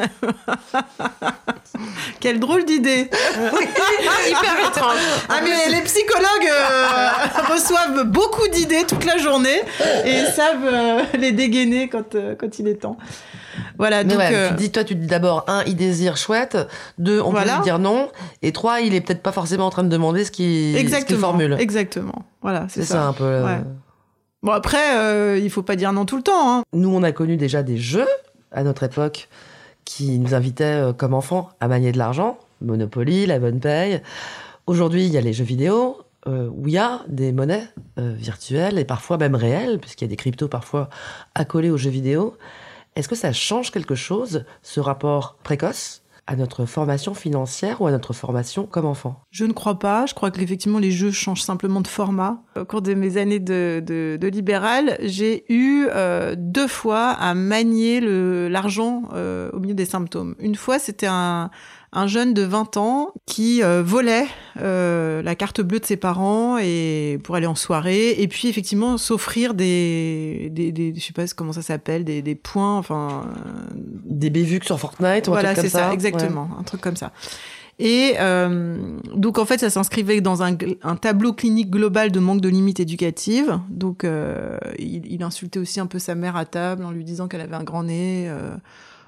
Quelle drôle d'idée. Hyper étrange. Ah, mais les psychologues reçoivent beaucoup d'idées toute la journée et savent les dégainer quand il est temps. Voilà, donc, tu te dis d'abord, 1, il désire, chouette. 2, on peut lui dire non. Et 3, il est peut-être pas forcément en train de demander ce qu'il formule. Exactement. Voilà, c'est ça un peu. Ouais. Bon, après, il faut pas dire non tout le temps, hein. Nous, on a connu déjà des jeux à notre époque qui nous invitaient, comme enfants, à manier de l'argent. Monopoly, la bonne paye. Aujourd'hui, il y a les jeux vidéo où il y a des monnaies virtuelles et parfois même réelles, puisqu'il y a des cryptos parfois accolés aux jeux vidéo. Est-ce que ça change quelque chose, ce rapport précoce, à notre formation financière ou à notre formation comme enfant? Je ne crois pas. Je crois qu'effectivement, les jeux changent simplement de format. Au cours de mes années de libérale, j'ai eu 2 fois à manier l'argent au milieu des symptômes. Une fois, c'était un jeune de 20 ans qui volait la carte bleue de ses parents et pour aller en soirée, et puis effectivement s'offrir des je sais pas comment ça s'appelle, des points, enfin des bévuques sur Fortnite ou un truc comme ça. Voilà, c'est ça, exactement, ouais. Un truc comme ça. Et donc en fait ça s'inscrivait dans un tableau clinique global de manque de limite éducative. Donc il insultait aussi un peu sa mère à table en lui disant qu'elle avait un grand nez.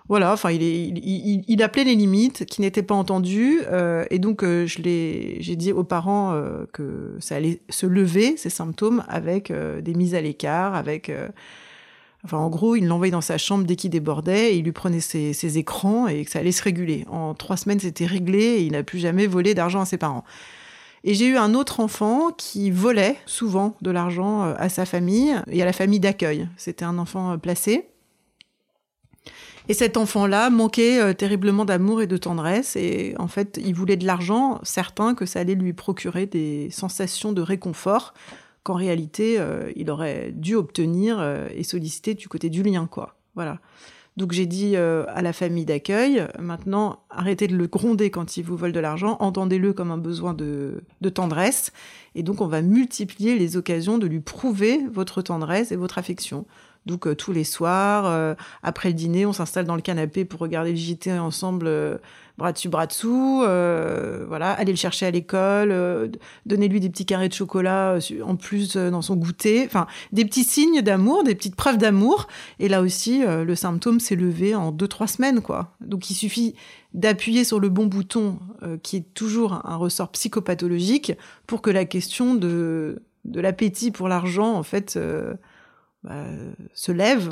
Voilà, enfin, il appelait les limites qui n'étaient pas entendues, et donc j'ai dit aux parents que ça allait se lever, ces symptômes, avec des mises à l'écart, enfin, en gros, il l'envoyait dans sa chambre dès qu'il débordait, et il lui prenait ses écrans, et que ça allait se réguler. En 3 semaines, c'était réglé, et il n'a plus jamais volé d'argent à ses parents. Et j'ai eu un autre enfant qui volait souvent de l'argent à sa famille, et à la famille d'accueil. C'était un enfant placé. Et cet enfant-là manquait terriblement d'amour et de tendresse. Et en fait, il voulait de l'argent, certain que ça allait lui procurer des sensations de réconfort qu'en réalité, il aurait dû obtenir et solliciter du côté du lien, quoi. Voilà. Donc j'ai dit à la famille d'accueil, maintenant, arrêtez de le gronder quand il vous vole de l'argent, entendez-le comme un besoin de tendresse. Et donc on va multiplier les occasions de lui prouver votre tendresse et votre affection. Donc tous les soirs, après le dîner, on s'installe dans le canapé pour regarder le JT ensemble, bras dessus, bras dessous. Voilà, aller le chercher à l'école, donnez-lui des petits carrés de chocolat en plus dans son goûter. Enfin, des petits signes d'amour, des petites preuves d'amour. Et là aussi, le symptôme s'est levé en 2-3 semaines, quoi. Donc il suffit d'appuyer sur le bon bouton, qui est toujours un ressort psychopathologique, pour que la question de l'appétit pour l'argent, en fait... se lève.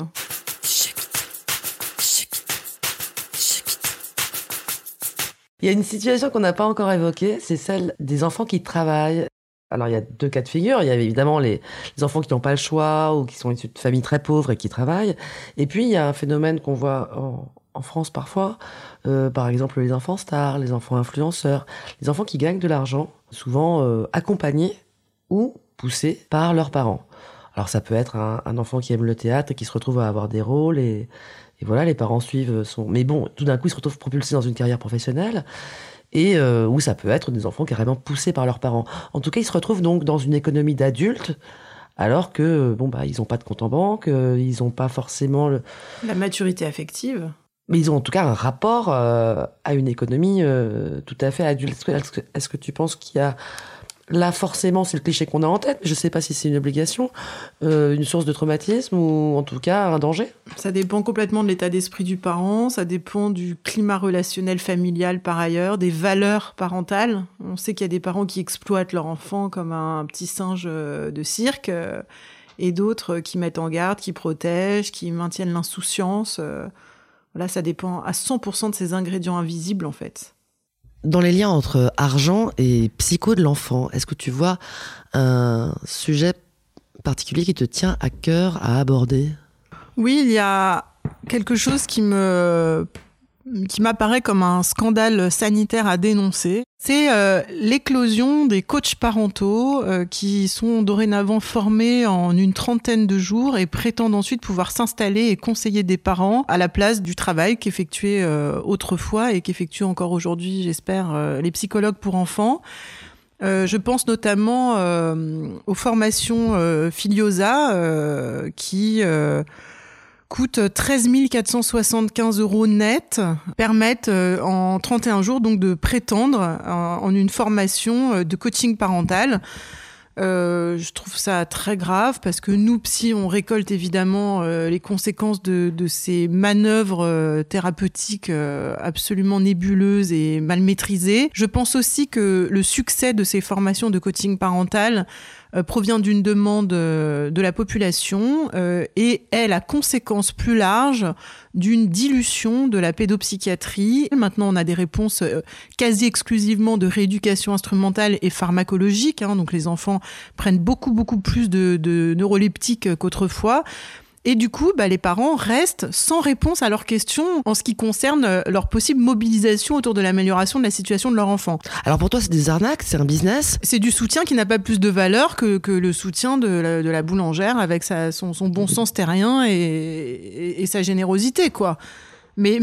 Il y a une situation qu'on n'a pas encore évoquée, c'est celle des enfants qui travaillent. Alors, il y a 2 cas de figure. Il y a évidemment les enfants qui n'ont pas le choix ou qui sont issus de familles très pauvres et qui travaillent. Et puis, il y a un phénomène qu'on voit en France parfois, par exemple les enfants stars, les enfants influenceurs, les enfants qui gagnent de l'argent, souvent accompagnés ou poussés par leurs parents. Alors ça peut être un enfant qui aime le théâtre et qui se retrouve à avoir des rôles et voilà, les parents suivent son... Mais bon, tout d'un coup, ils se retrouvent propulsés dans une carrière professionnelle et ou ça peut être des enfants carrément poussés par leurs parents. En tout cas, ils se retrouvent donc dans une économie d'adultes alors que, ils n'ont pas de compte en banque, ils n'ont pas forcément... La maturité affective. Mais ils ont en tout cas un rapport à une économie tout à fait adulte. Est-ce que tu penses qu'il y a... Là, forcément, c'est le cliché qu'on a en tête, mais je ne sais pas si c'est une obligation, une source de traumatisme ou en tout cas un danger. Ça dépend complètement de l'état d'esprit du parent, ça dépend du climat relationnel familial par ailleurs, des valeurs parentales. On sait qu'il y a des parents qui exploitent leur enfant comme un petit singe de cirque et d'autres qui mettent en garde, qui protègent, qui maintiennent l'insouciance. Voilà, ça dépend à 100% de ces ingrédients invisibles en fait. Dans les liens entre argent et psycho de l'enfant, est-ce que tu vois un sujet particulier qui te tient à cœur à aborder ? Oui, il y a quelque chose qui m'apparaît comme un scandale sanitaire à dénoncer. C'est l'éclosion des coachs parentaux qui sont dorénavant formés en une 30aine de jours et prétendent ensuite pouvoir s'installer et conseiller des parents à la place du travail qu'effectuaient autrefois et qu'effectuent encore aujourd'hui, j'espère, les psychologues pour enfants. Je pense notamment aux formations Filiosa qui... coûte 13 475 € net, permettent en 31 jours donc de prétendre en une formation de coaching parental. Je trouve ça très grave parce que nous, psy, on récolte évidemment les conséquences de ces manœuvres thérapeutiques absolument nébuleuses et mal maîtrisées. Je pense aussi que le succès de ces formations de coaching parental provient d'une demande de la population et est la conséquence plus large d'une dilution de la pédopsychiatrie. Maintenant, on a des réponses quasi exclusivement de rééducation instrumentale et pharmacologique. Donc les enfants prennent beaucoup plus de neuroleptiques qu'autrefois. Et du coup, les parents restent sans réponse à leurs questions en ce qui concerne leur possible mobilisation autour de l'amélioration de la situation de leur enfant. Alors pour toi, c'est des arnaques, c'est un business ? C'est du soutien qui n'a pas plus de valeur que le soutien de la boulangère avec son bon sens terrien et sa générosité, quoi. Mais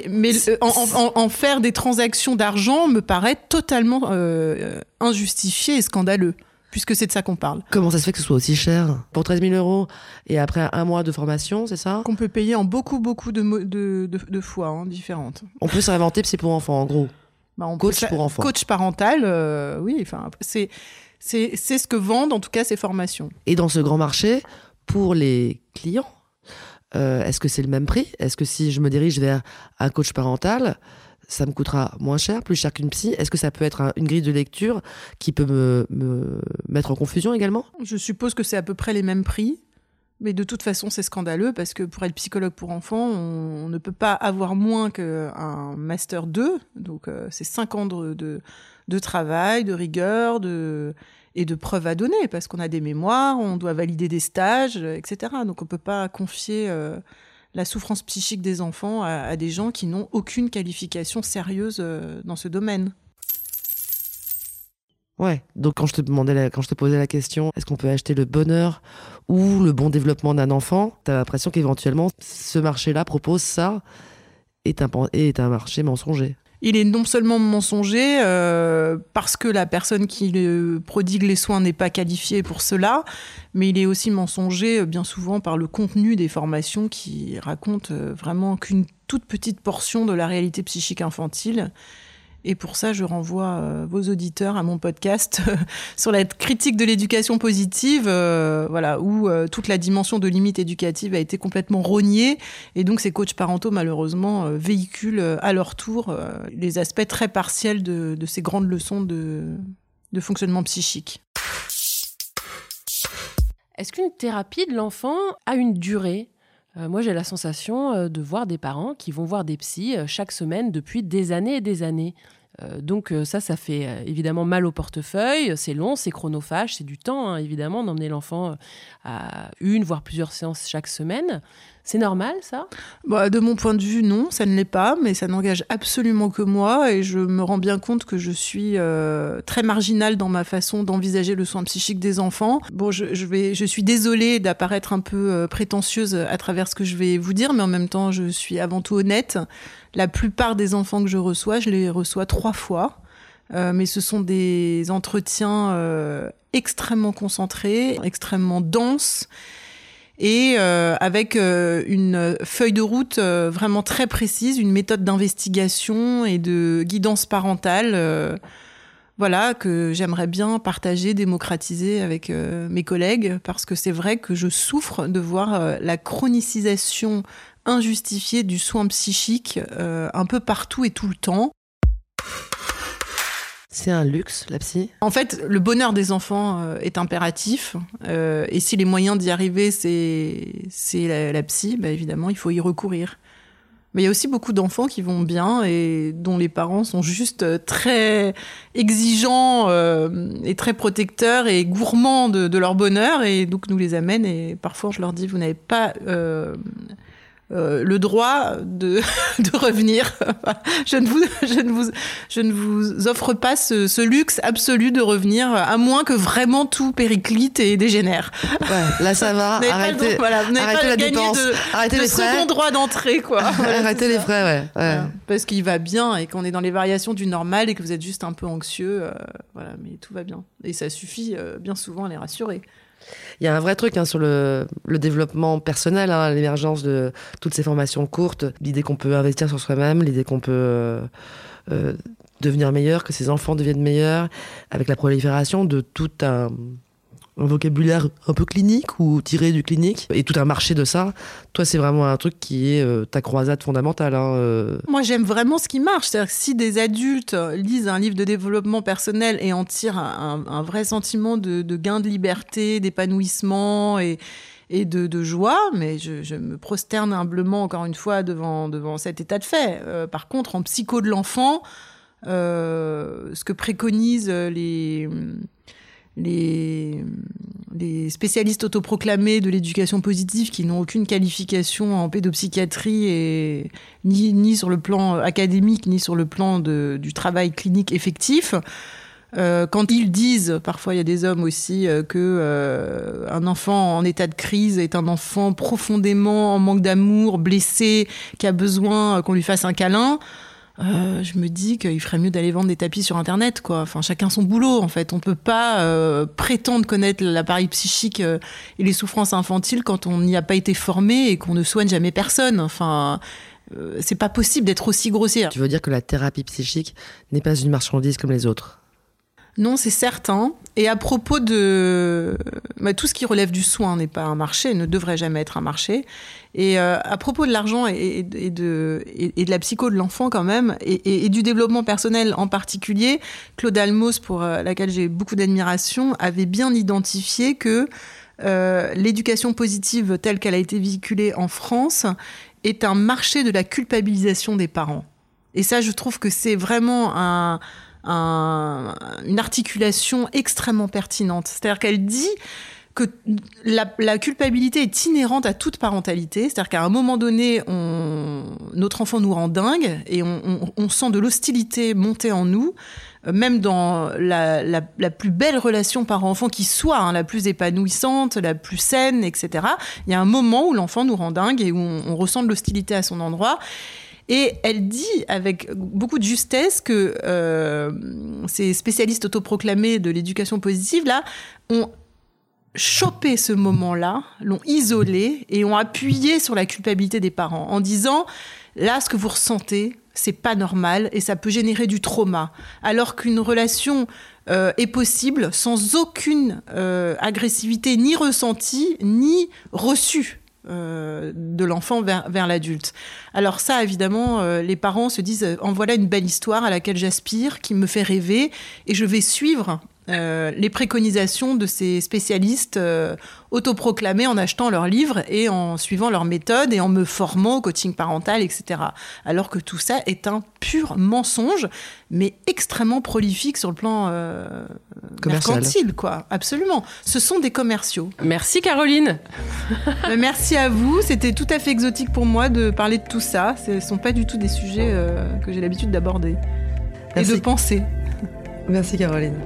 en faire des transactions d'argent me paraît totalement injustifié et scandaleux. Puisque c'est de ça qu'on parle. Comment ça se fait que ce soit aussi cher ? Pour 13 000 € et après 1 mois de formation, c'est ça ? Qu'on peut payer en beaucoup de fois différentes. On peut se réinventer psy pour enfants, en gros. Coach pour enfants. Coach parental, oui. C'est ce que vendent en tout cas ces formations. Et dans ce grand marché, pour les clients, Est-ce que c'est le même prix ? Est-ce que si je me dirige vers un coach parental, ça me coûtera moins cher, plus cher qu'une psy ? Est-ce que ça peut être une grille de lecture qui peut me mettre en confusion également ? Je suppose que c'est à peu près les mêmes prix. Mais de toute façon, c'est scandaleux parce que pour être psychologue pour enfants, on ne peut pas avoir moins qu'un Master 2. Donc, c'est 5 ans de travail, de rigueur et de preuves à donner parce qu'on a des mémoires, on doit valider des stages, etc. Donc, on ne peut pas confier la souffrance psychique des enfants à des gens qui n'ont aucune qualification sérieuse dans ce domaine. Ouais, donc quand je te posais la question, est-ce qu'on peut acheter le bonheur ou le bon développement d'un enfant, t'as l'impression qu'éventuellement, ce marché-là propose ça, est un marché mensonger. Il est non seulement mensonger parce que la personne qui prodigue les soins n'est pas qualifiée pour cela, mais il est aussi mensonger bien souvent par le contenu des formations qui racontent vraiment qu'une toute petite portion de la réalité psychique infantile. Et pour ça, je renvoie vos auditeurs à mon podcast sur la critique de l'éducation positive, où toute la dimension de limite éducative a été complètement rognée. Et donc, ces coachs parentaux, malheureusement, véhiculent à leur tour les aspects très partiels de ces grandes leçons de fonctionnement psychique. Est-ce qu'une thérapie de l'enfant a une durée ? Moi, j'ai la sensation de voir des parents qui vont voir des psys chaque semaine depuis des années et des années. Donc ça fait évidemment mal au portefeuille, c'est long, c'est chronophage, c'est du temps, évidemment, d'emmener l'enfant à une, voire plusieurs séances chaque semaine. C'est normal, ça ? De mon point de vue, non, ça ne l'est pas, mais ça n'engage absolument que moi et je me rends bien compte que je suis très marginale dans ma façon d'envisager le soin psychique des enfants. Bon, je suis désolée d'apparaître un peu prétentieuse à travers ce que je vais vous dire, mais en même temps, je suis avant tout honnête. La plupart des enfants que je les reçois 3 fois. Mais ce sont des entretiens extrêmement concentrés, extrêmement denses, et avec une feuille de route vraiment très précise, une méthode d'investigation et de guidance parentale que j'aimerais bien partager, démocratiser avec mes collègues, parce que c'est vrai que je souffre de voir la chronicisation injustifiée du soin psychique un peu partout et tout le temps. C'est un luxe, la psy ? En fait, le bonheur des enfants est impératif. Et si les moyens d'y arriver, c'est la psy, évidemment, il faut y recourir. Mais il y a aussi beaucoup d'enfants qui vont bien et dont les parents sont juste très exigeants et très protecteurs et gourmands de leur bonheur. Et donc, nous les amènent et parfois, je leur dis, vous n'avez pas... le droit de revenir. Je ne vous offre pas ce luxe absolu de revenir, à moins que vraiment tout périclite et dégénère. Ouais, là ça va. Arrêtez la dépense. Arrêtez les frais. Second droit d'entrée, quoi. Arrêtez les frais, ouais. Parce qu'il va bien et qu'on est dans les variations du normal et que vous êtes juste un peu anxieux. Mais tout va bien. Et ça suffit bien souvent à les rassurer. Il y a un vrai truc sur le développement personnel, l'émergence de toutes ces formations courtes, l'idée qu'on peut investir sur soi-même, l'idée qu'on peut devenir meilleur, que ses enfants deviennent meilleurs, avec la prolifération de tout un vocabulaire un peu clinique ou tiré du clinique, et tout un marché de ça. Toi, c'est vraiment un truc qui est ta croisade fondamentale. Moi, j'aime vraiment ce qui marche. C'est-à-dire que si des adultes lisent un livre de développement personnel et en tirent un vrai sentiment de gain de liberté, d'épanouissement et de joie, mais je me prosterne humblement, encore une fois, devant cet état de fait. Par contre, en psycho de l'enfant, ce que préconisent les spécialistes autoproclamés de l'éducation positive qui n'ont aucune qualification en pédopsychiatrie et ni sur le plan académique ni sur le plan du travail clinique effectif. Quand ils disent, parfois il y a des hommes aussi, que un enfant en état de crise est un enfant profondément en manque d'amour, blessé, qui a besoin qu'on lui fasse un câlin, je me dis qu'il ferait mieux d'aller vendre des tapis sur Internet, quoi. Enfin, chacun son boulot, en fait. On peut pas prétendre connaître l'appareil psychique et les souffrances infantiles quand on n'y a pas été formé et qu'on ne soigne jamais personne. Enfin, c'est pas possible d'être aussi grossière. Tu veux dire que la thérapie psychique n'est pas une marchandise comme les autres ? Non, c'est certain. Et à propos de tout ce qui relève du soin n'est pas un marché, ne devrait jamais être un marché. Et à propos de l'argent et de la psycho de l'enfant quand même, et du développement personnel en particulier, Claude Almos, pour laquelle j'ai beaucoup d'admiration, avait bien identifié que l'éducation positive telle qu'elle a été véhiculée en France est un marché de la culpabilisation des parents. Et ça, je trouve que c'est vraiment une articulation extrêmement pertinente. C'est-à-dire qu'elle dit que la culpabilité est inhérente à toute parentalité. C'est-à-dire qu'à un moment donné, notre enfant nous rend dingue et on sent de l'hostilité monter en nous, même dans la plus belle relation parent-enfant qui soit, la plus épanouissante, la plus saine, etc. Il y a un moment où l'enfant nous rend dingue et où on ressent de l'hostilité à son endroit. Et elle dit avec beaucoup de justesse que ces spécialistes autoproclamés de l'éducation positive, là, ont chopé ce moment-là, l'ont isolé et ont appuyé sur la culpabilité des parents en disant « là, ce que vous ressentez, c'est pas normal et ça peut générer du trauma ». Alors qu'une relation est possible sans aucune agressivité ni ressentie ni reçue de l'enfant vers l'adulte. Alors ça, évidemment, les parents se disent « en voilà une belle histoire à laquelle j'aspire, qui me fait rêver et je vais suivre les préconisations de ces spécialistes autoproclamés en achetant leurs livres et en suivant leurs méthodes et en me formant au coaching parental, etc. » Alors que tout ça est un pur mensonge, mais extrêmement prolifique sur le plan mercantile, quoi. Absolument. Ce sont des commerciaux. Merci Caroline. Merci à vous. C'était tout à fait exotique pour moi de parler de tout ça. Ce ne sont pas du tout des sujets que j'ai l'habitude d'aborder. Merci. Et de penser. Merci Caroline.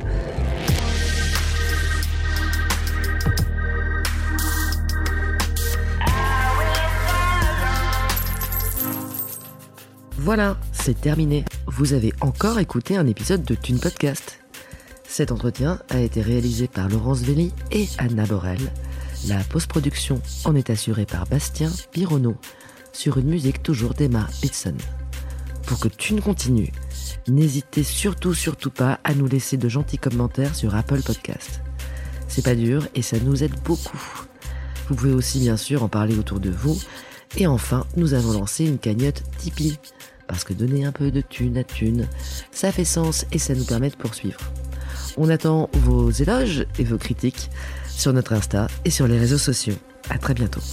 Voilà, c'est terminé. Vous avez encore écouté un épisode de Thune Podcast. Cet entretien a été réalisé par Laurence Velli et Anna Borel. La post-production en est assurée par Bastien Pironneau, sur une musique toujours d'Emma Bitson. Pour que Thune continue, n'hésitez surtout pas à nous laisser de gentils commentaires sur Apple Podcast. C'est pas dur et ça nous aide beaucoup. Vous pouvez aussi bien sûr en parler autour de vous. Et enfin, nous avons lancé une cagnotte Tipeee. Parce que donner un peu de thune à thune, ça fait sens et ça nous permet de poursuivre. On attend vos éloges et vos critiques sur notre Insta et sur les réseaux sociaux. À très bientôt.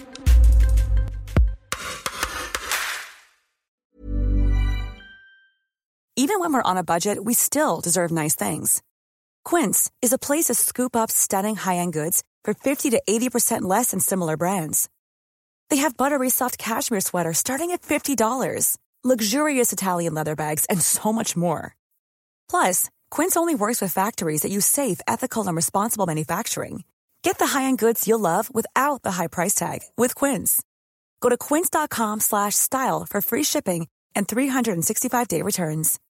Even when we're on a budget, we still deserve nice things. Quince is a place to scoop up stunning high-end goods for 50 to 80% less than similar brands. They have buttery soft cashmere sweaters starting at $50, luxurious Italian leather bags, and so much more. Plus, Quince only works with factories that use safe, ethical, and responsible manufacturing. Get the high-end goods you'll love without the high price tag with Quince. Go to quince.com/style for free shipping and 365-day returns.